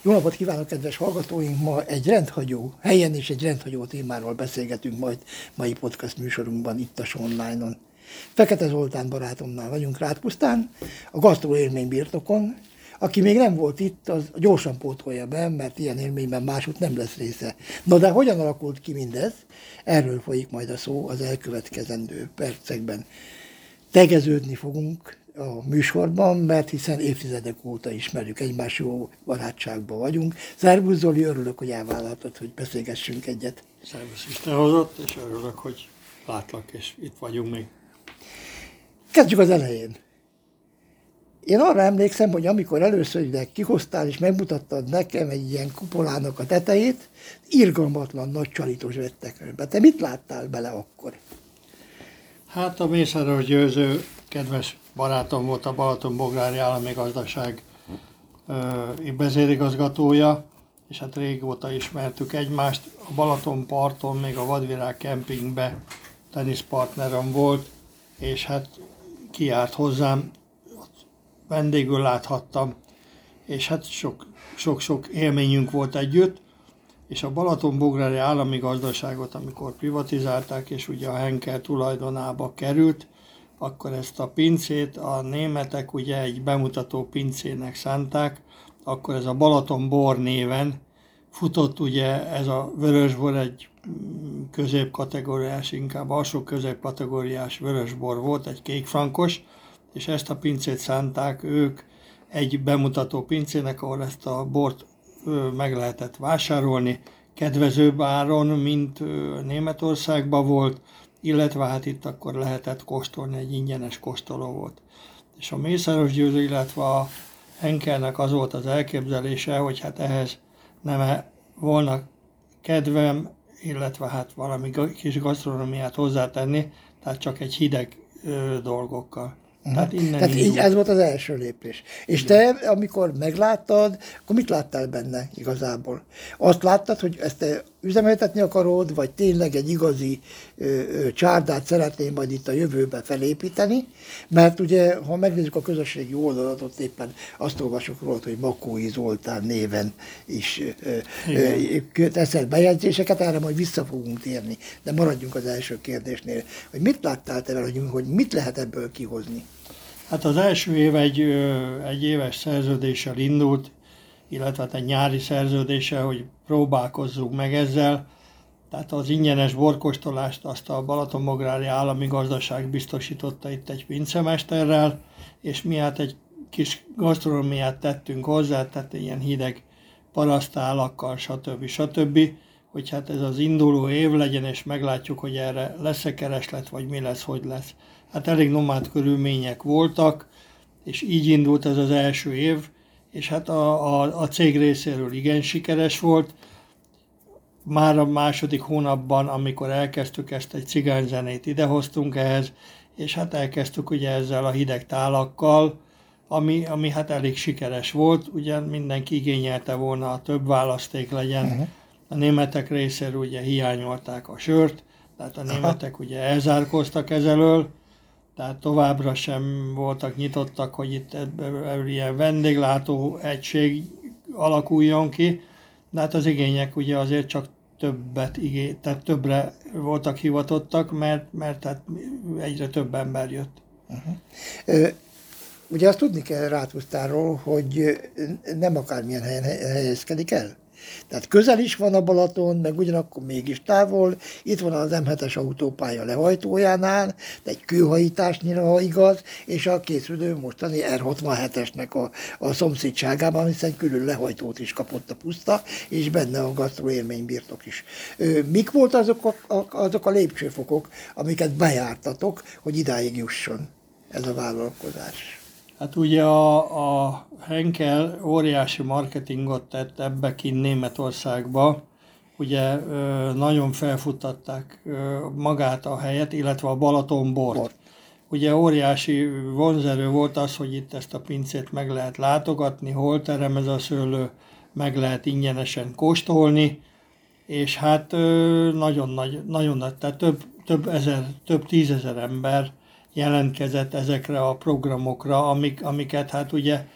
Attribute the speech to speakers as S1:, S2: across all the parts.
S1: Jó napot kívánok, kedves hallgatóink! Ma egy rendhagyó helyen és egy rendhagyó témáról beszélgetünk majd mai podcast műsorunkban itt a Online-on. Fekete Zoltán barátomnál vagyunk Rátpusztán, a gasztró élmény birtokon. Aki még nem volt itt, az gyorsan pótolja be, mert ilyen élményben másút nem lesz része. Na de hogyan alakult ki mindez? Erről folyik majd a szó az elkövetkezendő percekben. Tegeződni fogunk a műsorban, mert hiszen évtizedek óta ismerjük egymás, jó barátságban vagyunk. Szervusz Zoli, örülök, hogy elvállaltad, hogy beszélgessünk egyet.
S2: Szervusz, Isten hozott, és örülök, hogy látlak, és itt vagyunk még.
S1: Kezdjük az elején. Én arra emlékszem, hogy amikor először ide kihoztál és megmutattad nekem egy ilyen kupolának a tetejét, irgalmatlan nagy csalítós vettek be. Te mit láttál bele akkor?
S2: Hát a Mészáros Győző kedves barátom volt, a Balatonbográri Állami Gazdaság vezérigazgatója, és hát régóta ismertük egymást. A Balatonparton, még a Vadvirág kempingbe teniszpartnerem volt, és hát kijárt hozzám, vendégül láthattam, és hát sok-sok élményünk volt együtt, és a Balatonbográri Állami Gazdaságot, amikor privatizálták, és ugye a Henkel tulajdonába került, akkor ezt a pincét a németek ugye egy bemutató pincének szánták, akkor ez a Balatonbor néven futott ugye ez a vörösbor, egy középkategóriás, inkább alsó középkategóriás vörösbor volt, egy kékfrankos, és ezt a pincét szánták ők egy bemutató pincének, ahol ezt a bort meg lehetett vásárolni, kedvezőbb áron, mint Németországban volt, illetve hát itt akkor lehetett kóstolni, egy ingyenes kóstoló volt. És a Mészáros Győző, illetve a Henkelnek az volt az elképzelése, hogy hát ehhez nem volna kedvem, illetve hát valami kis gasztronómiát hozzátenni, tehát csak egy hideg dolgokkal.
S1: Tehát így ez volt az első lépés. És te, amikor megláttad, akkor mit láttál benne igazából? Azt láttad, hogy ezt te üzemeltetni akarod, vagy tényleg egy igazi csárdát szeretnél majd itt a jövőben felépíteni? Mert ugye, ha megnézzük a közösségi oldalatot, éppen azt olvasok róla, hogy Makói Zoltán néven is teszel bejegyzéseket, erre majd vissza fogunk térni. De maradjunk az első kérdésnél, hogy mit láttál te vele, hogy mit lehet ebből kihozni?
S2: Hát az első év egy éves szerződéssel indult, illetve egy nyári szerződéssel, hogy próbálkozzunk meg ezzel. Tehát az ingyenes borkóstolást azt a Balatonbográri Állami Gazdaság biztosította itt egy pincemesterrel, és mi hát egy kis gasztronómiát tettünk hozzá, tehát ilyen hideg parasztálakkal, stb. Hogy hát ez az induló év legyen, és meglátjuk, hogy erre lesz-e kereslet, vagy mi lesz, hogy lesz. Hát elég nomád körülmények voltak, és így indult ez az első év, és hát a cég részéről igen sikeres volt. Már a második hónapban, amikor elkezdtük ezt, egy cigányzenét idehoztunk ehhez, és hát elkezdtük ugye ezzel a hideg tálakkal, ami hát elég sikeres volt, ugye mindenki igényelte volna, a több választék legyen. A németek részéről ugye hiányolták a sört, tehát a németek ugye elzárkóztak ezelől, tehát továbbra sem voltak nyitottak, hogy itt ebből ilyen vendéglátó egység alakuljon ki, de hát az igények ugye azért csak tehát többre voltak hivatottak, mert hát egyre több ember jött.
S1: Ugye azt tudni kell Rátpusztáról, hogy nem akármilyen helyen helyezkedik el. Tehát közel is van a Balaton, meg ugyanakkor mégis távol. Itt van az M7-es autópálya lehajtójánál, de egy kőhajításnyira, ha igaz, és a készülő mostani R67-esnek a szomszédságában, hiszen külön lehajtót is kapott a puszta, és benne a gasztró élménybirtok is. Mik volt azok a lépcsőfokok, amiket bejártatok, hogy idáig jusson ez a vállalkozás?
S2: Hát ugye a Henkel óriási marketingot tett ebbe kint Németországba, ugye nagyon felfuttatták magát a helyet, illetve a Balatonbort. Ugye óriási vonzerő volt az, hogy itt ezt a pincét meg lehet látogatni, hol terem ez a szőlő, meg lehet ingyenesen kóstolni, és hát nagyon nagy, tehát több tízezer ember jelentkezett ezekre a programokra, amiket hát ugye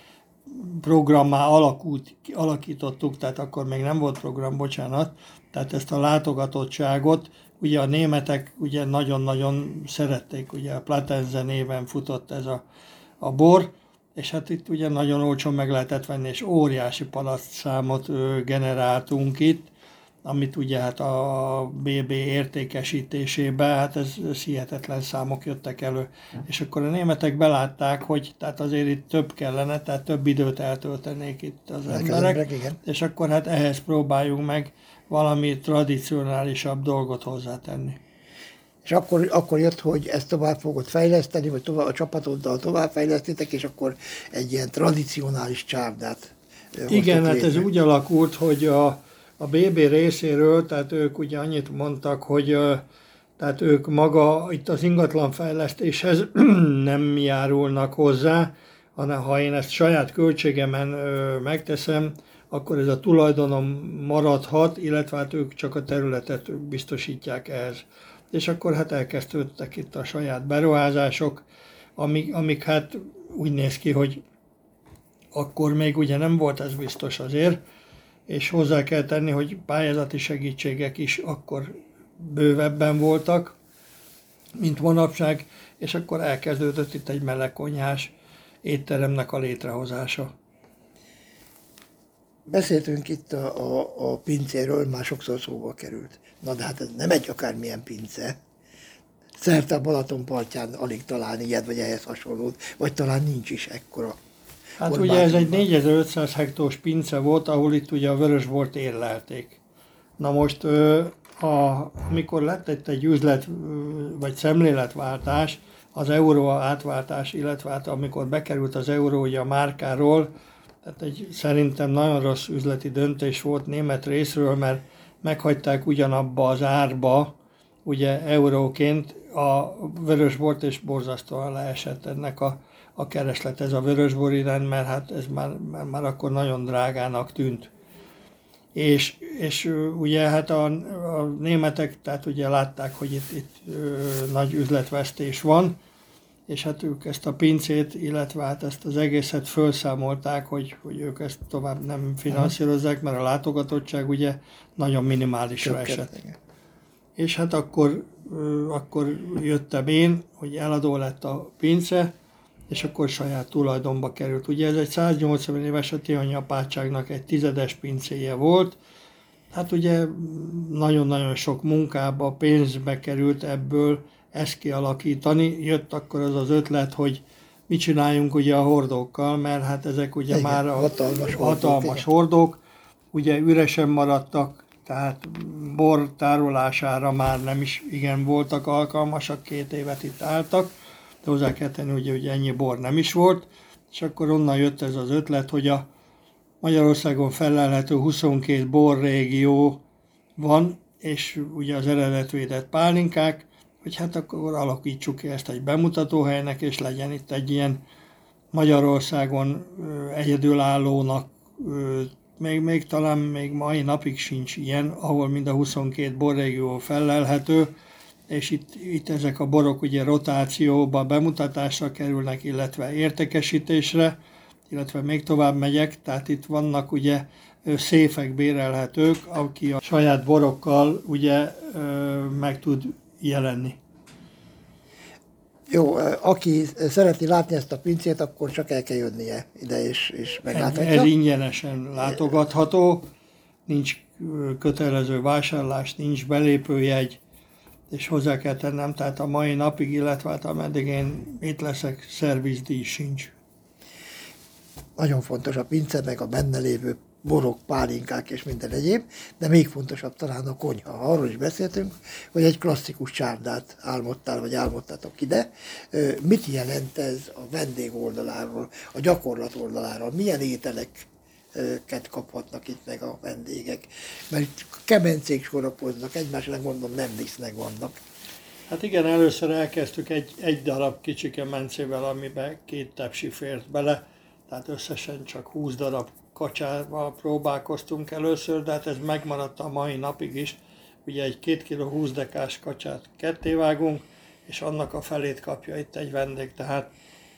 S2: programmá alakítottuk, tehát akkor még nem volt program, bocsánat, tehát ezt a látogatottságot, ugye a németek ugye nagyon-nagyon szerették, ugye a Platense néven futott ez a bor, és hát itt ugye nagyon olcsón meg lehetett venni, és óriási palasztszámot generáltunk itt, amit ugye hát a BB értékesítésében, hát ez hihetetlen számok jöttek elő. És akkor a németek belátták, hogy tehát azért itt több kellene, tehát több időt eltöltenék itt az emberek,
S1: igen.
S2: és akkor hát ehhez próbáljunk meg valami tradicionálisabb dolgot hozzátenni.
S1: És akkor jött, hogy ezt tovább fogod fejleszteni, vagy a csapatoddal tovább fejlesztitek, és akkor egy ilyen tradicionális csárdát
S2: igen, hát
S1: létre.
S2: ez úgy alakult, hogy a BB részéről, tehát ők ugye annyit mondtak, hogy tehát ők maga itt az ingatlanfejlesztéshez nem járulnak hozzá, hanem ha én ezt saját költségemen megteszem, akkor ez a tulajdonom maradhat, illetve hát ők csak a területet biztosítják ehhez. És akkor hát elkezdődtek itt a saját beruházások, amik hát úgy néz ki, hogy akkor még ugye nem volt ez biztos azért, és hozzá kell tenni, hogy pályázati segítségek is akkor bővebben voltak, mint manapság, és akkor elkezdődött itt egy melegkonyhás étteremnek a létrehozása.
S1: Beszéltünk itt a pincéről, már sokszor szóba került. Na de hát ez nem egy akármilyen pince. Szerte a Balaton partján alig találni ilyet, vagy ehhez hasonlót, vagy talán nincs is ekkora.
S2: Hát ugye ez egy 4500 hektós pince volt, ahol itt ugye a vörösbort érlelték. Na most, amikor lett itt egy üzlet, vagy szemléletváltás, az euró átváltás, illetve hát amikor bekerült az euró ugye a márkáról, tehát egy szerintem nagyon rossz üzleti döntés volt német részről, mert meghagyták ugyanabba az árba, ugye euróként a vörösbort, és borzasztóan leesett ennek a kereslet, ez a vörösbor iránt, mert hát ez már akkor nagyon drágának tűnt. És ugye hát a németek, tehát ugye látták, hogy itt nagy üzletvesztés van, és hát ők ezt a pincét, illetve hát ezt az egészet felszámolták, hogy ők ezt tovább nem finanszírozzák, mert a látogatottság ugye nagyon minimálisra esett. És hát akkor jöttem én, hogy eladó lett a pince, és akkor saját tulajdonba került. Ugye ez egy 180 éves a Tihanyi apátságnak egy 10-es pincéje volt, hát ugye nagyon-nagyon sok munkába, pénzbe került ebből ezt kialakítani. Jött akkor az ötlet, hogy mit csináljunk ugye a hordókkal, mert hát ezek ugye igen, már hatalmas hordók, ugye üresen maradtak, tehát bor tárolására már nem is igen voltak alkalmasak, 2 évet itt álltak, de hozzá kell tenni, hogy ennyi bor nem is volt, és akkor onnan jött ez az ötlet, hogy a Magyarországon felelhető 22 borrégió van, és ugye az eredetvédett pálinkák, hogy hát akkor alakítsuk ki ezt egy bemutatóhelynek, és legyen itt egy ilyen Magyarországon egyedülállónak, még talán még mai napig sincs ilyen, ahol mind a 22 borrégió felelhető, és itt ezek a borok ugye rotációba bemutatásra kerülnek, illetve értékesítésre, illetve még tovább megyek, tehát itt vannak ugye széfek bérelhetők, aki a saját borokkal ugye meg tud jelenni.
S1: Jó, aki szereti látni ezt a pincét, akkor csak el kell jönnie ide, és megláthatja.
S2: Ez ingyenesen látogatható, nincs kötelező vásárlás, nincs belépőjegy, és hozzá kell tennem, tehát a mai napig, illetve hát ameddig én itt leszek, szervizdíj sincs.
S1: Nagyon fontos a pince, meg a benne lévő borok, pálinkák és minden egyéb, de még fontosabb talán a konyha. Arról is beszéltünk, hogy egy klasszikus csárdát álmodtál, vagy álmodtatok ide. Mit jelent ez a vendég oldaláról, a gyakorlat oldaláról? Milyen ételeket kaphatnak itt meg a vendégek? Mert itt kemencék sorakoznak, egymásnak mondom, nem visznek vannak.
S2: Hát igen, először elkezdtük egy darab kicsi kemencével, amiben 2 tepsi fért bele, tehát összesen csak 20 darab kacsával próbálkoztunk először, de hát ez megmaradt a mai napig is. Ugye egy 2 kg 20 dekás kacsát kettévágunk, és annak a felét kapja itt egy vendég, tehát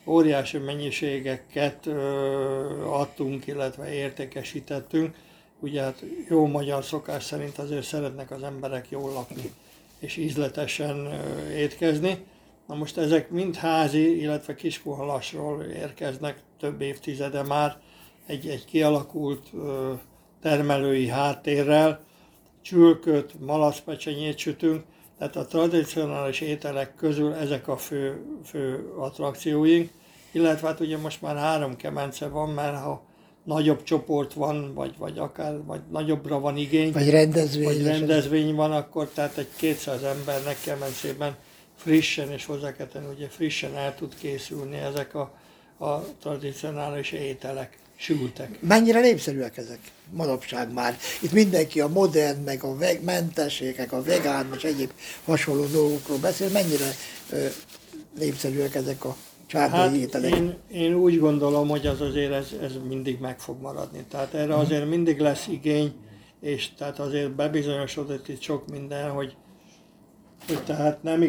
S2: óriási mennyiségeket adtunk, illetve értékesítettünk. Ugye hát jó magyar szokás szerint azért szeretnek az emberek jól lakni és ízletesen étkezni. Na most ezek mind házi, illetve Kiskunhalasról érkeznek több évtizede már egy kialakult termelői háttérrel. Csülköt, malacpecsenyét sütünk, tehát a tradicionális ételek közül ezek a fő attrakcióink, illetve hát ugye most már 3 kemence van, mert ha nagyobb csoport van, vagy nagyobbra van igény,
S1: vagy
S2: rendezvény van, akkor tehát egy 200 embernek kemencében frissen, és hozzá kell tenni, ugye frissen el tud készülni ezek a tradicionális ételek, sültek.
S1: Mennyire népszerűek ezek manapság már? Itt mindenki a modern, meg a mentességek, a vegán, és egyéb hasonló dolgokról beszél. Mennyire népszerűek ezek a csárdai ételek?
S2: Én úgy gondolom, hogy azért ez mindig meg fog maradni. Tehát erre azért mindig lesz igény, és tehát azért bebizonyosodott itt sok minden, hogy tehát nem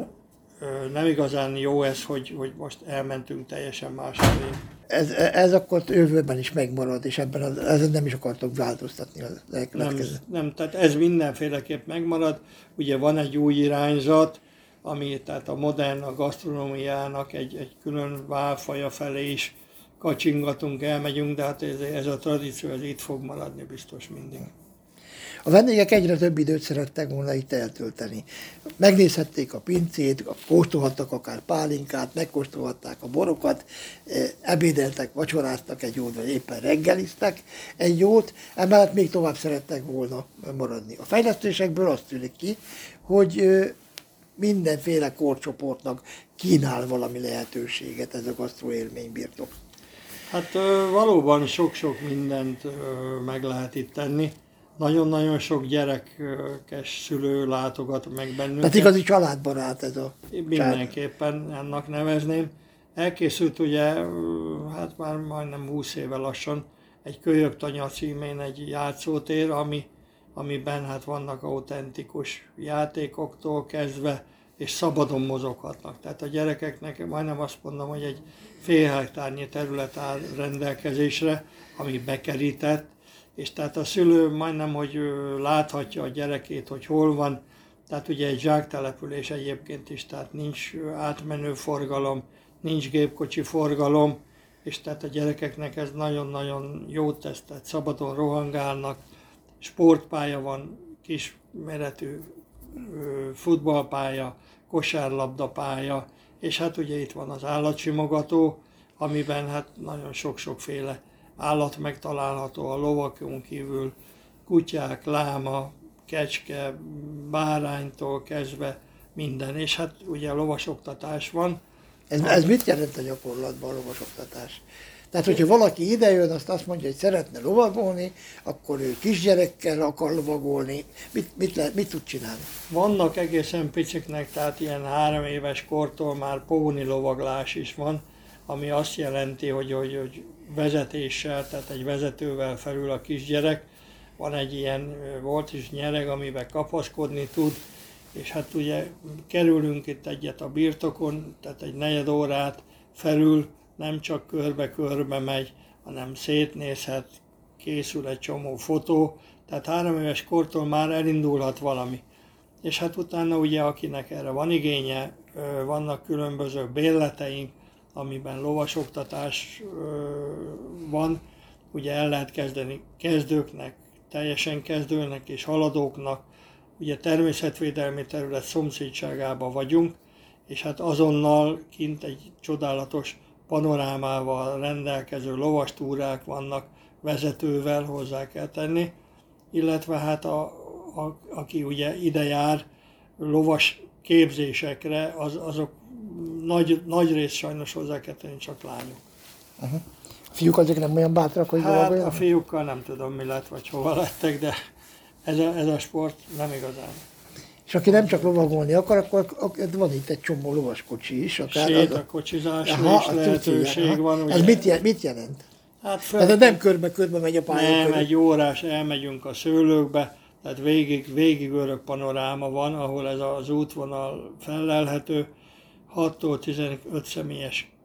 S2: igazán jó ez, hogy most elmentünk teljesen másfelé.
S1: Ez akkor jövőben is megmarad, és ezen nem is akartok változtatni az elkövetkező.
S2: Nem, tehát ez mindenféleképp megmarad. Ugye van egy új irányzat, ami tehát a modern a gasztronómiának egy külön válfaja felé is kacsingatunk, elmegyünk, de hát ez a tradíció ez itt fog maradni biztos mindig.
S1: A vendégek egyre több időt szerettek volna itt eltölteni. Megnézhették a pincét, kóstolhattak akár pálinkát, megkóstolhatták a borokat, ebédeltek, vacsoráztak egy jót, vagy éppen reggeliztek egy jót, emellett még tovább szerettek volna maradni. A fejlesztésekből azt tűnik ki, hogy mindenféle korcsoportnak kínál valami lehetőséget ez a gasztroélménybirtok.
S2: Hát valóban sok-sok mindent meg lehet itt tenni. Nagyon-nagyon sok gyerekes szülő látogat meg bennünket.
S1: Tehát igazi családbarát ez a
S2: mindenképpen ennek nevezném. Elkészült ugye, hát már majdnem 20 éve lassan, egy Kölyöktanya címén egy játszótér, amiben hát vannak autentikus játékoktól kezdve, és szabadon mozoghatnak. Tehát a gyerekeknek majdnem azt mondom, hogy egy fél hektárnyi terület áll rendelkezésre, ami bekerített, és tehát a szülő majdnem, hogy láthatja a gyerekét, hogy hol van. Tehát ugye egy zsáktelepülés egyébként is, tehát nincs átmenő forgalom, nincs gépkocsi forgalom, és tehát a gyerekeknek ez nagyon-nagyon jót tesz, tehát szabadon rohangálnak, sportpálya van, kis méretű futballpálya, kosárlabdapálya, és hát ugye itt van az állatsimogató, amiben hát nagyon sok-sokféle állat megtalálható, a lovakon kívül kutyák, láma, kecske, báránytól kezdve minden, és hát ugye a lovasoktatás van.
S1: Ez mit jelent a gyakorlatban a lovasoktatás? Tehát, hogyha valaki idejön, azt mondja, hogy szeretne lovagolni, akkor ő kisgyerekkel akar lovagolni, mit tud csinálni?
S2: Vannak egészen piciknek, tehát ilyen 3 éves kortól már póni lovaglás is van, ami azt jelenti, hogy vezetéssel, tehát egy vezetővel felül a kisgyerek. Van egy ilyen volt is nyereg, amiben kapaszkodni tud, és hát ugye kerülünk itt egyet a birtokon, tehát egy negyed órát felül, nem csak körbe-körbe megy, hanem szétnézhet, készül egy csomó fotó, tehát 3 éves kortól már elindulhat valami. És hát utána ugye, akinek erre van igénye, vannak különböző bérleteink, amiben lovasoktatás van, ugye el lehet kezdeni kezdőknek, teljesen kezdőnek és haladóknak, ugye természetvédelmi terület szomszédságában vagyunk, és hát azonnal kint egy csodálatos panorámával rendelkező lovastúrák vannak, vezetővel hozzá kell tenni, illetve hát aki ugye ide jár lovas képzésekre, azok nagy rész sajnos hozzá kell tenni, csak lányok.
S1: Uh-huh. A fiúk azért nem olyan bátrak, hogy lovagoljanak?
S2: A fiúkkal nem tudom mi lett, vagy hova lettek, de ez a sport nem igazán.
S1: És aki nem csak lovagolni akar, akkor van itt egy csomó lovaskocsi is.
S2: Sétakocsizásra is lehetőség van. Ugye?
S1: Ez mit jelent?
S2: Hát
S1: nem körbe megy a pályán.
S2: Nem, egy órás elmegyünk a szőlőkbe, tehát végig örök panoráma van, ahol ez az útvonal fellelhető. 6-tól 15 személyes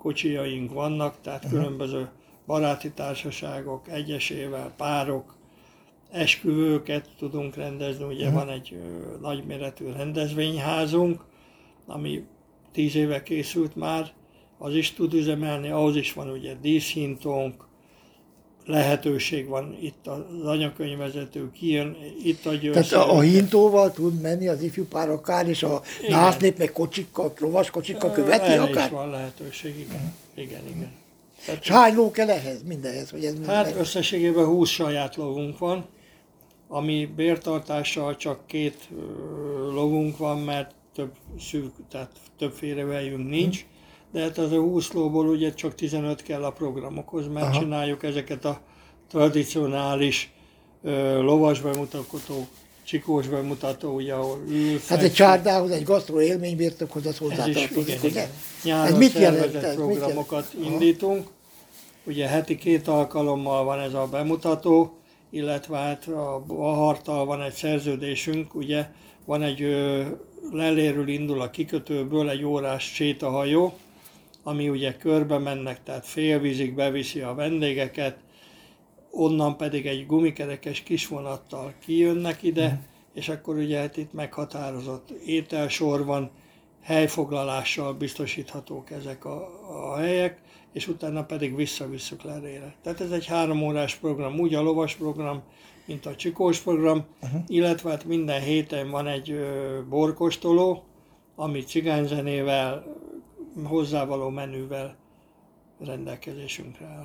S2: kocsijaink vannak, tehát különböző baráti társaságok, egyesével, párok, esküvőket tudunk rendezni, ugye van egy nagyméretű rendezvényházunk, ami 10 éve készült már, az is tud üzemelni, ahhoz is van ugye díszhintónk, lehetőség van, itt az anyakönyvvezető kijön, itt adja
S1: Tehát a hintóval tud menni az ifjú pár akár, és a
S2: Igen.
S1: násznép meg kocsikkal, lovas kocsikkal követi
S2: Erre
S1: akár?
S2: is van lehetőség, igen. Igen.
S1: És hány ló kell ehhez, mindenhez? Hogy ez
S2: Hát összességében 20 saját lovunk van, ami bértartással csak 2 lovunk van, mert tehát több félrevejünk nincs, de hát az a 20 lóból ugye csak 15 kell a programokhoz, mert csináljuk ezeket a tradicionális lovas bemutató, csikós bemutató, ugye, ahol ül,
S1: Hát egy csárdához, egy gasztró élménybirtokhoz az hozzátartozik, ugye?
S2: Nyáron
S1: mit jelent
S2: szervezett
S1: ez?
S2: programokat indítunk. Ugye heti 2 alkalommal van ez a bemutató, illetve hát a Baharttal van egy szerződésünk, ugye van egy Lelérről indul a kikötőből egy órás sétahajó, ami ugye körbe mennek, tehát félvízig beviszi a vendégeket, onnan pedig egy gumikerekes kisvonattal kijönnek ide, és akkor ugye hát itt meghatározott ételsor van, helyfoglalással biztosíthatók ezek a helyek, és utána pedig visszavisszük Lelére. Tehát ez egy 3 órás program, úgy a lovas program, mint a csikós program, illetve hát minden héten van egy borkóstoló, ami cigányzenével, hozzávaló menüvel rendelkezésünkre áll.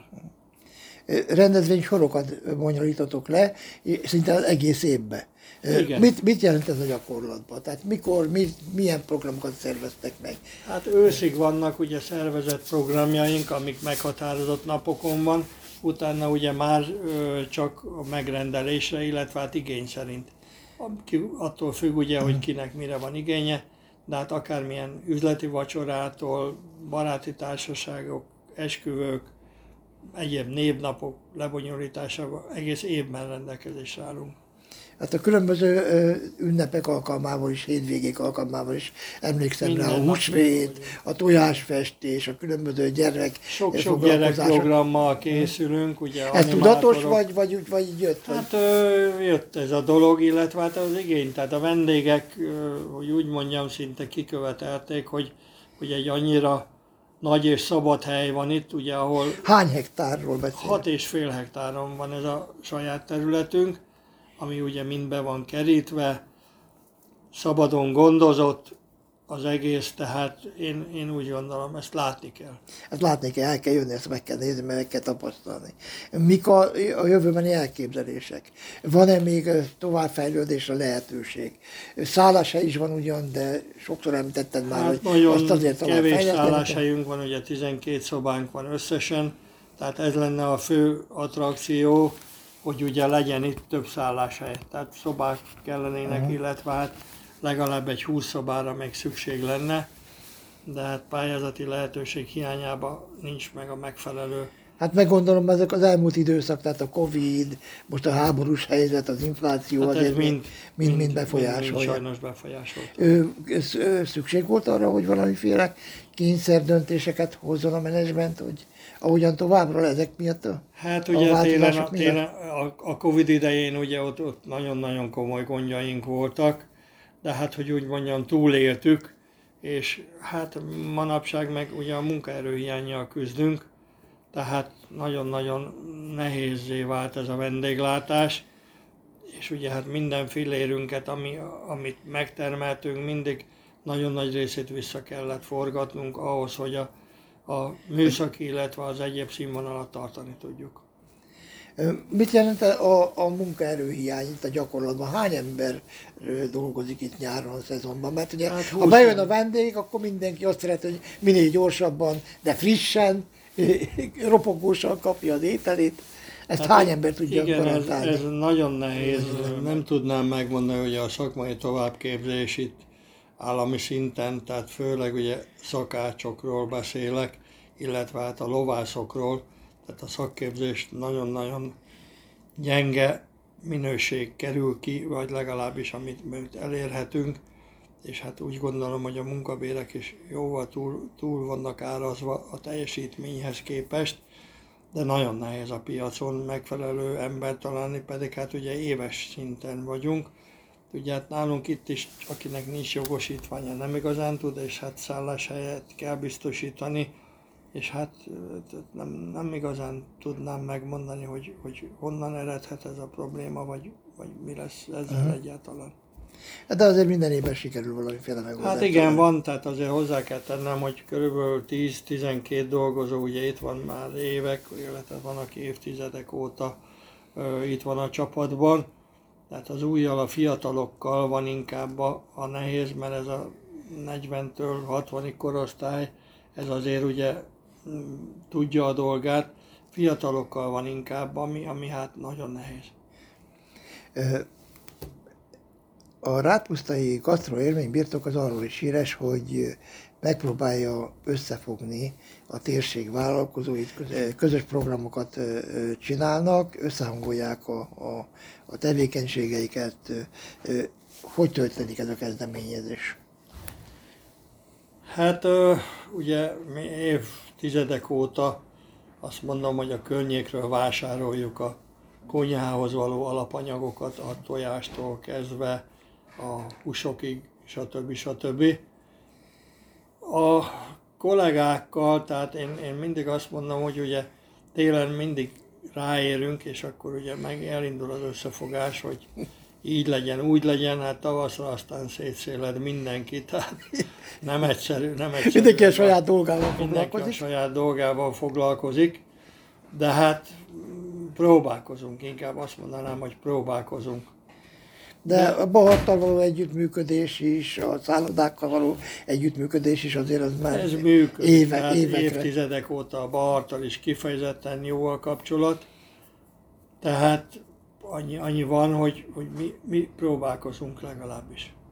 S1: Rendezvénysorokat bonyolítotok le, szinte az egész évben.
S2: Igen.
S1: Mit jelent ez a gyakorlatban? Tehát mikor, milyen programokat szerveztek meg?
S2: Hát őszig vannak ugye szervezett programjaink, amik meghatározott napokon van, utána ugye már csak a megrendelésre, illetve hát igény szerint. Attól függ ugye, hogy kinek mire van igénye, de hát akármilyen üzleti vacsorától, baráti társaságok, esküvők, egyéb névnapok lebonyolításával egész évben rendelkezésre állunk.
S1: Hát a különböző ünnepek alkalmával is, hétvégék alkalmával is emlékszem
S2: Minden
S1: rá, a
S2: nap
S1: húsvét, a tojásfestés, a különböző gyerek
S2: Sok gyerekprogrammal készülünk, ugye
S1: Ez tudatos,
S2: animátorok.
S1: vagy jött?
S2: Hát jött ez a dolog, illetve hát az igény, tehát a vendégek, hogy úgy mondjam, szinte kikövetelték, hogy egy annyira nagy és szabad hely van itt, ugye, ahol
S1: Hány hektárról beszélünk?
S2: 6,5 hektáron van ez a saját területünk, ami ugye mind be van kerítve, szabadon gondozott az egész, tehát én úgy gondolom, ezt látni kell.
S1: Ezt látni kell, el kell jönni, ezt meg kell nézni, meg kell tapasztalni. Mik a jövőbeni elképzelések? Van-e még továbbfejlődésre lehetőség? Szálláshely is van ugyan, de sokszor említetted már,
S2: Hát
S1: hogy azt azért
S2: nagyon kevés
S1: továbbfejleszteni.
S2: szálláshelyünk van, ugye 12 szobánk van összesen, tehát ez lenne a fő attrakció, hogy ugye legyen itt több szálláshely. Tehát szobák kellenének, illetve hát legalább egy 20 szobára még szükség lenne, de hát pályázati lehetőség hiányában nincs meg a megfelelő.
S1: Hát meggondolom, ezek az elmúlt időszak, tehát a Covid, most a háborús helyzet, az infláció
S2: Hát ez
S1: azért mind befolyásolja.
S2: Mind sajnos befolyásolta.
S1: Szükség volt arra, hogy valamiféle kényszer döntéseket hozzon a menedzsment, hogy ahogyan továbbra ezek miatt
S2: Hát
S1: a
S2: ugye
S1: változások
S2: télen a Covid idején ugye ott nagyon-nagyon komoly gondjaink voltak, de hát, hogy úgy mondjam, túléltük, és hát manapság meg ugye a munkaerőhiánnyal küzdünk, tehát nagyon-nagyon nehézzé vált ez a vendéglátás, és ugye hát minden fillérünket, amit megtermeltünk, mindig nagyon nagy részét vissza kellett forgatnunk ahhoz, hogy a műszaki, illetve az egyéb színvonalat tartani tudjuk.
S1: Mit jelent a munkaerőhiány itt a gyakorlatban? Hány ember dolgozik itt nyáron a szezonban? Mert ugye,
S2: Hát
S1: ha bejön a vendég, akkor mindenki azt szereti, hogy minél gyorsabban, de frissen, ropogósan kapja az ételét. Ezt
S2: Hát
S1: hány ember tudja
S2: igen,
S1: garantálni?
S2: ez nagyon nehéz. Nem tudnám megmondani, hogy a szakmai továbbképzés itt állami szinten, tehát főleg ugye szakácsokról beszélek, illetve hát a lovászokról, tehát a szakképzés nagyon-nagyon gyenge minőség kerül ki, vagy legalábbis amit elérhetünk, és hát úgy gondolom, hogy a munkabérek is jóval túl vannak árazva a teljesítményhez képest, de nagyon nehéz a piacon megfelelő embert találni, pedig hát ugye éves szinten vagyunk. Ugye hát nálunk itt is, akinek nincs jogosítványa, nem igazán tud, és hát szálláshelyet kell biztosítani, és hát nem igazán tudnám megmondani, hogy honnan eredhet ez a probléma, vagy mi lesz ezzel egyáltalán.
S1: De azért minden évben sikerül valamiféle megoldás.
S2: Hát igen, van, tehát azért hozzá kell tennem, hogy körülbelül 10-12 dolgozó, ugye itt van már évek, illetve van, aki évtizedek óta itt van a csapatban. Tehát az újjal, a fiatalokkal van inkább a nehéz, mert ez a 40-től 60-ig korosztály, ez azért ugye tudja a dolgát, fiatalokkal van inkább, ami hát nagyon nehéz.
S1: A Rádpusztai Gasztroélmény birtok az arról is híres, hogy megpróbálja összefogni a térség vállalkozóit, közös programokat csinálnak, összehangolják a tevékenységeiket. Hogy történik ez a kezdeményezés?
S2: Hát ugye mi évtizedek óta azt mondom, hogy a környékről vásároljuk a konyhához való alapanyagokat, a tojástól kezdve a húsokig, stb. A kollégákkal, tehát én mindig azt mondom, hogy ugye télen mindig ráérünk, és akkor ugye elindul az összefogás, hogy így legyen, úgy legyen, hát tavaszra aztán szétszéled mindenki, tehát nem egyszerű.
S1: Mindenki a saját dolgával
S2: Mindenki
S1: foglalkozik.
S2: a saját dolgával foglalkozik, de hát próbálkozunk, inkább azt mondanám, hogy próbálkozunk.
S1: De a Baharttal való együttműködés is, a szállodákkal való együttműködés is azért az már
S2: Ez működik,
S1: évekre.
S2: évtizedek óta a Baharttal is kifejezetten jó a kapcsolat, tehát annyi van, hogy mi próbálkozunk legalábbis.